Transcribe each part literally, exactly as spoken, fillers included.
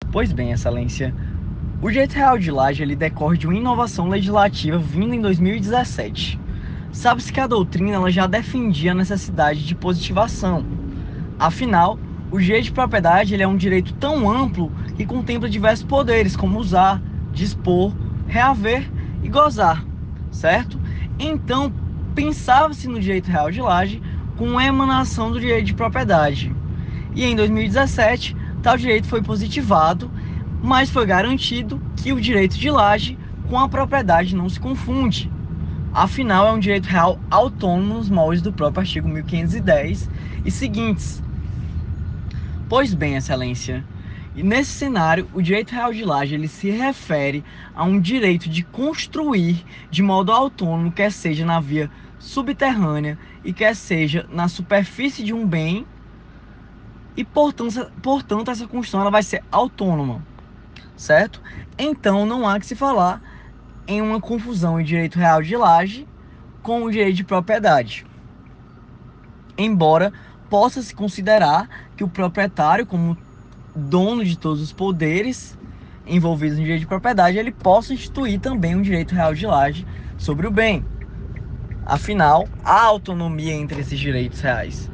Pois bem, Excelência, o Direito Real de Laje ele decorre de uma inovação legislativa vinda em dois mil e dezessete. Sabe-se que a doutrina ela já defendia a necessidade de positivação. Afinal, o direito de propriedade ele é um direito tão amplo que contempla diversos poderes, como usar, dispor, reaver e gozar, certo? Então, pensava-se no direito real de laje com a emanação do direito de propriedade. E em dois mil e dezessete, tal direito foi positivado, mas foi garantido que o direito de laje com a propriedade não se confunde. Afinal, é um direito real autônomo nos moldes do próprio artigo mil quinhentos e dez e seguintes. Pois bem, Excelência, e nesse cenário, o direito real de laje ele se refere a um direito de construir de modo autônomo, quer seja na via subterrânea e quer seja na superfície de um bem, e portanto, portanto essa construção ela vai ser autônoma, certo? Então não há que se falar em uma confusão em direito real de laje com o direito de propriedade. Embora possa se considerar que o proprietário, como dono de todos os poderes envolvidos no direito de propriedade, ele possa instituir também um direito real de laje sobre o bem. Afinal, há autonomia entre esses direitos reais.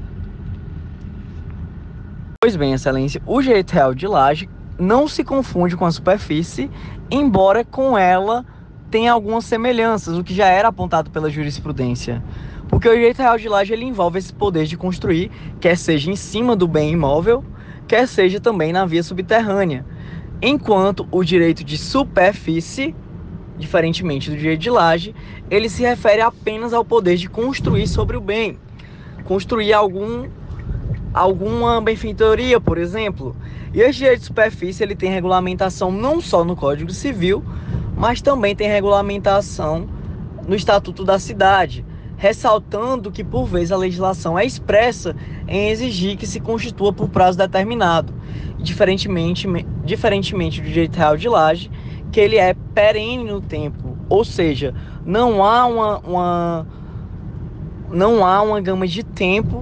Pois bem, Excelência, o direito real de laje não se confunde com a superfície, embora com ela tenha algumas semelhanças, o que já era apontado pela jurisprudência. Porque o direito real de laje ele envolve esse poder de construir, quer seja em cima do bem imóvel, quer seja também na via subterrânea. Enquanto o direito de superfície, diferentemente do direito de laje, ele se refere apenas ao poder de construir sobre o bem, construir algum alguma benfeitoria, por exemplo. E esse direito de superfície ele tem regulamentação não só no Código Civil, mas também tem regulamentação no Estatuto da Cidade, ressaltando que por vezes a legislação é expressa em exigir que se constitua por prazo determinado, diferentemente, diferentemente do direito real de laje, que ele é perene no tempo, ou seja, não há uma, uma, não há uma gama de tempo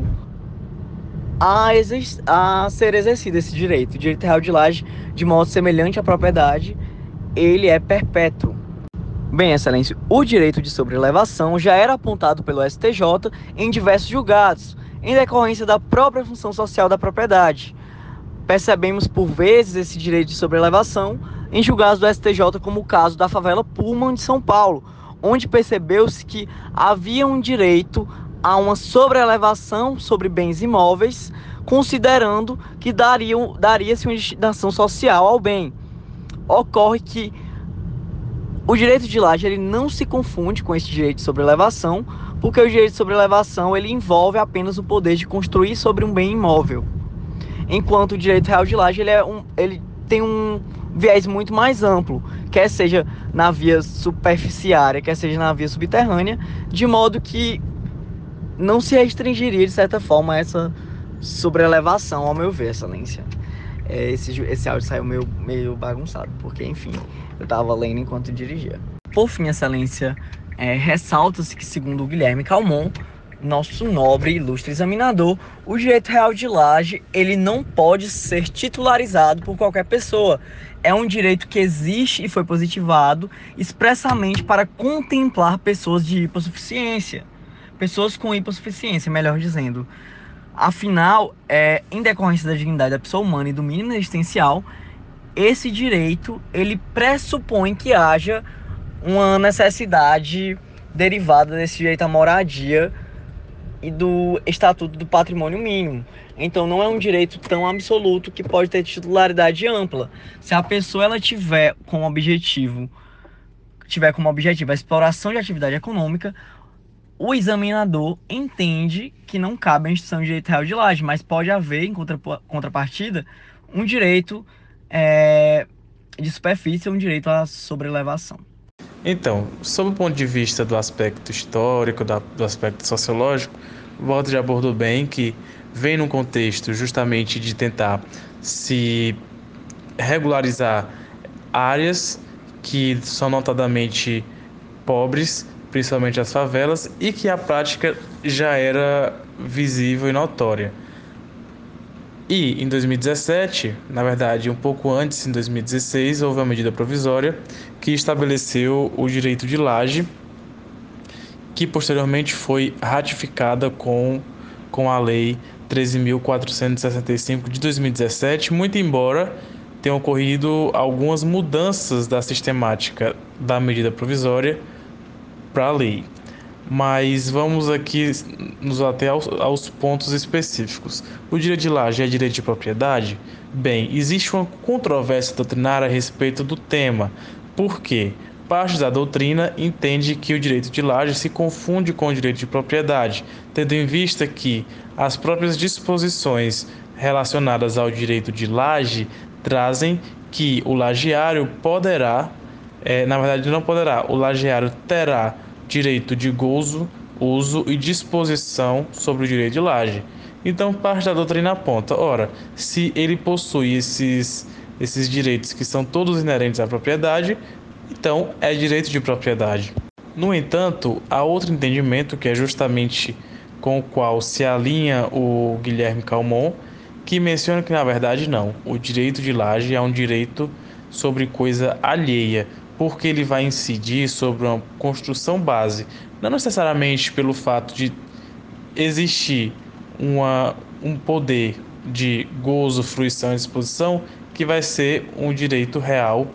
A, a ser exercido esse direito. O direito real de laje, de modo semelhante à propriedade, ele é perpétuo. Bem, Excelência, o direito de sobrelevação já era apontado pelo S T J em diversos julgados, em decorrência da própria função social da propriedade. Percebemos por vezes esse direito de sobrelevação em julgados do S T J, como o caso da favela Pullman de São Paulo, onde percebeu-se que havia um direito a uma sobrelevação sobre bens imóveis, considerando que daria, daria-se uma destinação social ao bem. Ocorre que o direito de laje ele não se confunde com esse direito de sobrelevação, porque o direito de sobrelevação ele envolve apenas o poder de construir sobre um bem imóvel, enquanto o direito real de laje ele, é um, ele tem um viés muito mais amplo, quer seja na via superficiária, quer seja na via subterrânea, de modo que não se restringiria, de certa forma, a essa sobrelevação, ao meu ver, Excelência. É, esse, esse áudio saiu meio, meio bagunçado, porque, enfim, eu estava lendo enquanto dirigia. Por fim, Excelência, é, ressalta-se que, segundo o Guilherme Calmon, nosso nobre e ilustre examinador, o direito real de laje, ele não pode ser titularizado por qualquer pessoa. É um direito que existe e foi positivado expressamente para contemplar pessoas de hipossuficiência. Pessoas com hipossuficiência, melhor dizendo. Afinal, é, em decorrência da dignidade da pessoa humana e do mínimo existencial, esse direito, ele pressupõe que haja uma necessidade derivada desse direito à moradia e do Estatuto do Patrimônio Mínimo. Então, não é um direito tão absoluto que pode ter titularidade ampla. Se a pessoa ela tiver como objetivo, tiver como objetivo a exploração de atividade econômica, o examinador entende que não cabe a instituição de direito real de laje, mas pode haver, em contrapartida, um direito é, de superfície, um direito à sobrelevação. Então, sob o ponto de vista do aspecto histórico, da, do aspecto sociológico, o Walter já abordou bem que vem num contexto justamente de tentar se regularizar áreas que são notadamente pobres, principalmente as favelas, e que a prática já era visível e notória. E em dois mil e dezessete, na verdade um pouco antes, em dois mil e dezesseis, houve uma medida provisória que estabeleceu o direito de laje, que posteriormente foi ratificada com, com a Lei treze mil quatrocentos e sessenta e cinco de dois mil e dezessete, muito embora tenham ocorrido algumas mudanças da sistemática da medida provisória para a lei. Mas vamos aqui nos ater aos, aos pontos específicos. O direito de laje é direito de propriedade? Bem, existe uma controvérsia doutrinária a respeito do tema. Por quê? Parte da doutrina entende que o direito de laje se confunde com o direito de propriedade, tendo em vista que as próprias disposições relacionadas ao direito de laje trazem que o lajeário poderá, é, na verdade não poderá, o lajeário terá direito de gozo, uso e disposição sobre o direito de laje. Então, parte da doutrina aponta, ora, se ele possui esses, esses direitos que são todos inerentes à propriedade, então é direito de propriedade. No entanto, há outro entendimento que é justamente com o qual se alinha o Guilherme Calmon, que menciona que na verdade não, o direito de laje é um direito sobre coisa alheia, porque ele vai incidir sobre uma construção base, não necessariamente pelo fato de existir uma, um poder de gozo, fruição e disposição, que vai ser um direito real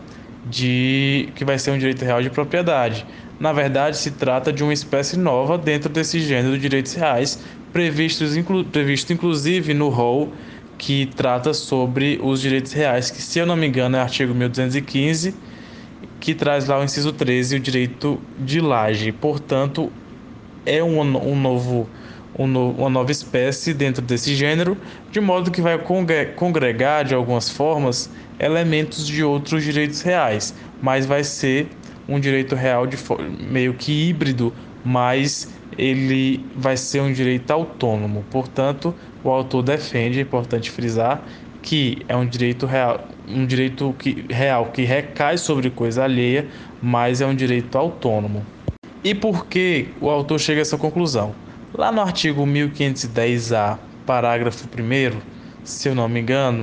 de que vai ser um direito real de propriedade. Na verdade, se trata de uma espécie nova dentro desse gênero de direitos reais, previstos inclu, previsto inclusive no rol que trata sobre os direitos reais, que, se eu não me engano, é artigo mil duzentos e quinze, que traz lá o inciso treze, o direito de laje. Portanto, é um, um novo, um no, uma nova espécie dentro desse gênero, de modo que vai congregar, de algumas formas, elementos de outros direitos reais, mas vai ser um direito real de meio que híbrido, mas ele vai ser um direito autônomo. Portanto, o autor defende, é importante frisar, que é um direito real, um direito que, real que recai sobre coisa alheia, mas é um direito autônomo. E por que o autor chega a essa conclusão? Lá no artigo mil quinhentos e dez A, parágrafo primeiro, se eu não me engano,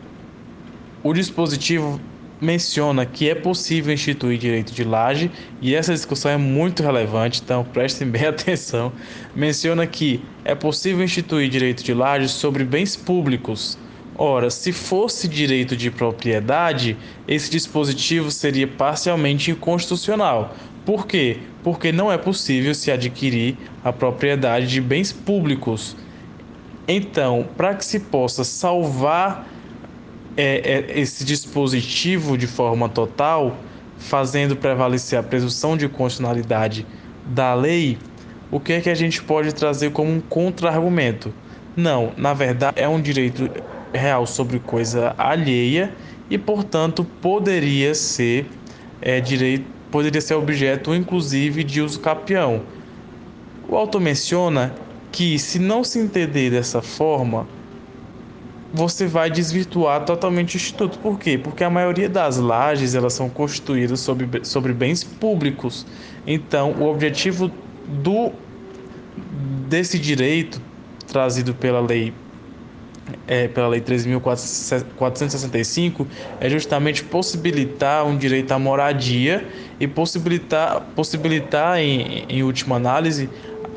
o dispositivo menciona que é possível instituir direito de laje, e essa discussão é muito relevante, então prestem bem atenção. Menciona que é possível instituir direito de laje sobre bens públicos. Ora, se fosse direito de propriedade, esse dispositivo seria parcialmente inconstitucional. Por quê? Porque não é possível se adquirir a propriedade de bens públicos. Então, para que se possa salvar é, é, esse dispositivo de forma total, fazendo prevalecer a presunção de constitucionalidade da lei, o que é que a gente pode trazer como um contra-argumento? Não, na verdade é um direito real sobre coisa alheia e, portanto, poderia ser é, direito, poderia ser objeto, inclusive, de uso capião. O autor menciona que, se não se entender dessa forma, você vai desvirtuar totalmente o instituto. Por quê? Porque a maioria das lajes elas são constituídas sobre, sobre bens públicos. Então, o objetivo do desse direito trazido pela lei é, pela lei treze mil quatrocentos e sessenta e cinco é justamente possibilitar um direito à moradia e possibilitar, possibilitar em, em última análise,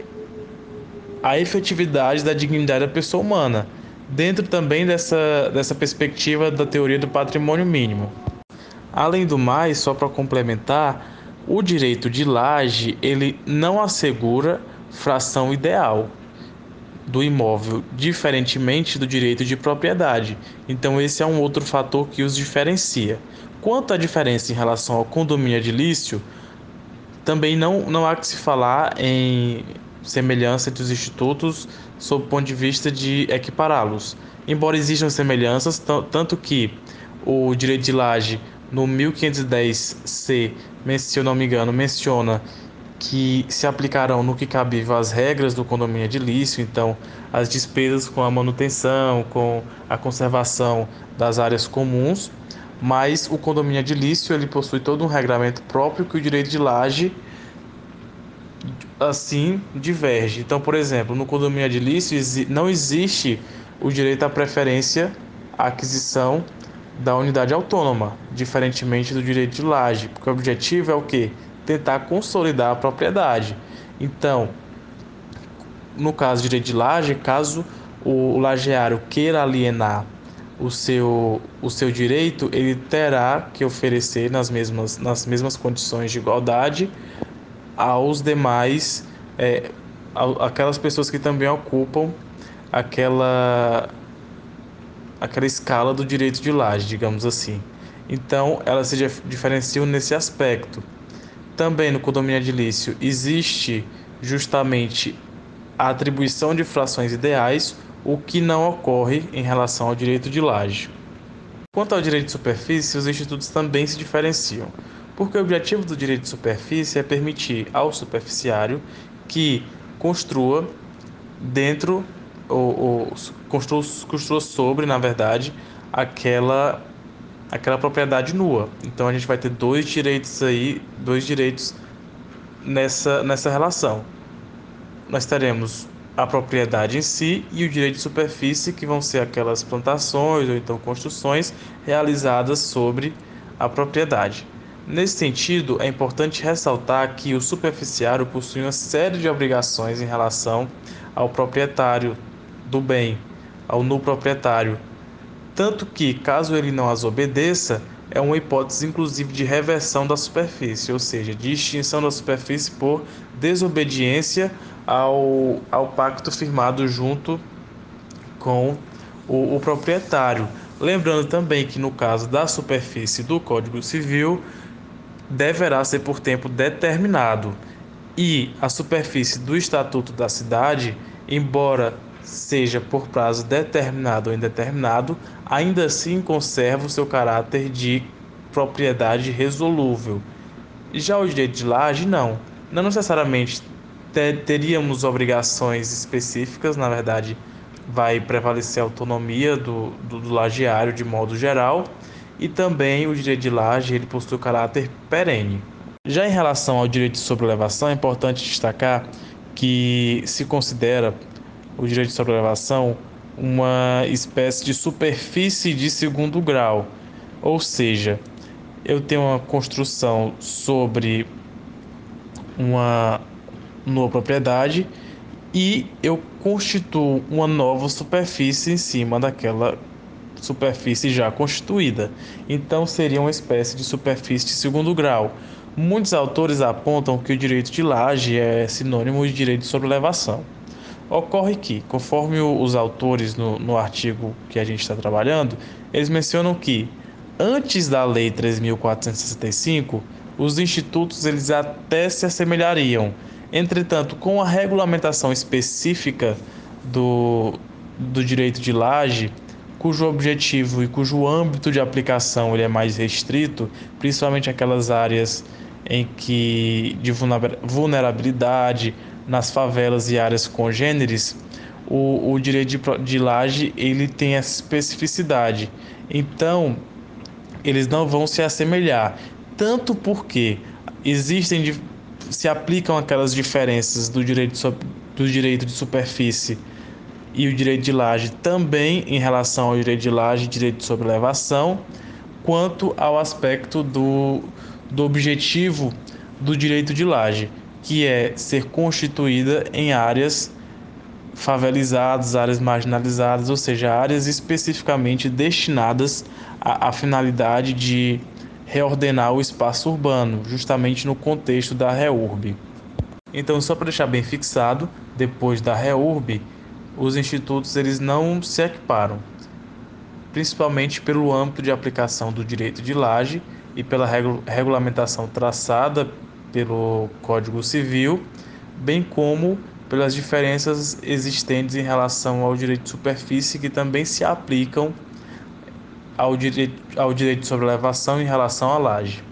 a efetividade da dignidade da pessoa humana, dentro também dessa, dessa perspectiva da teoria do patrimônio mínimo. Além do mais, só para complementar, o direito de laje ele não assegura fração ideal do imóvel, diferentemente do direito de propriedade. Então esse é um outro fator que os diferencia. Quanto à diferença em relação ao condomínio edilício, também não, não há que se falar em semelhança entre os institutos sob o ponto de vista de equipará-los. Embora existam semelhanças, tanto que o direito de laje no mil quinhentos e dez C, se eu não me engano, menciona que se aplicarão no que cabível as regras do condomínio edilício, então as despesas com a manutenção, com a conservação das áreas comuns, mas o condomínio edilício ele possui todo um regramento próprio que o direito de laje assim diverge. Então, por exemplo, no condomínio edilício não existe o direito à preferência à aquisição da unidade autônoma, diferentemente do direito de laje, porque o objetivo é o quê? Tentar consolidar a propriedade. Então, no caso de direito de laje, caso o lajeário queira alienar o seu, o seu direito, ele terá que oferecer nas mesmas, nas mesmas condições de igualdade aos demais, é, aquelas pessoas que também ocupam aquela, aquela escala do direito de laje, digamos assim. Então, elas se diferenciam nesse aspecto. Também no condomínio edilício existe justamente a atribuição de frações ideais, o que não ocorre em relação ao direito de laje. Quanto ao direito de superfície, os institutos também se diferenciam, porque o objetivo do direito de superfície é permitir ao superficiário que construa dentro ou, ou construa, construa sobre, na verdade, aquela aquela propriedade nua. Então a gente vai ter dois direitos aí, dois direitos nessa nessa relação. Nós teremos a propriedade em si e o direito de superfície, que vão ser aquelas plantações ou então construções realizadas sobre a propriedade. Nesse sentido, é importante ressaltar que o superficiário possui uma série de obrigações em relação ao proprietário do bem, ao no proprietário, tanto que, caso ele não as obedeça, é uma hipótese inclusive de reversão da superfície, ou seja, de extinção da superfície por desobediência ao, ao pacto firmado junto com o, o proprietário. Lembrando também que no caso da superfície do Código Civil, deverá ser por tempo determinado. E a superfície do Estatuto da Cidade, embora seja por prazo determinado ou indeterminado, ainda assim conserva o seu caráter de propriedade resolúvel. Já o direito de laje, não. Não necessariamente ter, teríamos obrigações específicas, na verdade, vai prevalecer a autonomia do, do, do lajeário de modo geral, e também o direito de laje ele possui o caráter perene. Já em relação ao direito de sobrelevação, é importante destacar que se considera o direito de sobrelevação uma espécie de superfície de segundo grau, ou seja, eu tenho uma construção sobre uma nova propriedade e eu constituo uma nova superfície em cima daquela superfície já constituída. Então seria uma espécie de superfície de segundo grau. Muitos autores apontam que o direito de laje é sinônimo de direito de sobrelevação. Ocorre que, conforme os autores no, no artigo que a gente está trabalhando, eles mencionam que, antes da Lei três mil quatrocentos e sessenta e cinco, os institutos eles até se assemelhariam. Entretanto, com a regulamentação específica do, do direito de laje, cujo objetivo e cujo âmbito de aplicação ele é mais restrito, principalmente aquelas áreas em que de vulnerabilidade, nas favelas e áreas congêneres, o, o direito de, de laje ele tem essa especificidade. Então, eles não vão se assemelhar, tanto porque existem, se aplicam aquelas diferenças do direito, do direito de superfície e o direito de laje também em relação ao direito de laje e direito de sobrelevação, quanto ao aspecto do, do objetivo do direito de laje, que é ser constituída em áreas favelizadas, áreas marginalizadas, ou seja, áreas especificamente destinadas à, à finalidade de reordenar o espaço urbano, justamente no contexto da REURB. Então, só para deixar bem fixado, depois da REURB, os institutos eles não se equiparam, principalmente pelo âmbito de aplicação do direito de laje e pela regu- regulamentação traçada pelo Código Civil, bem como pelas diferenças existentes em relação ao direito de superfície, que também se aplicam ao direito, ao direito de sobrelevação em relação à laje.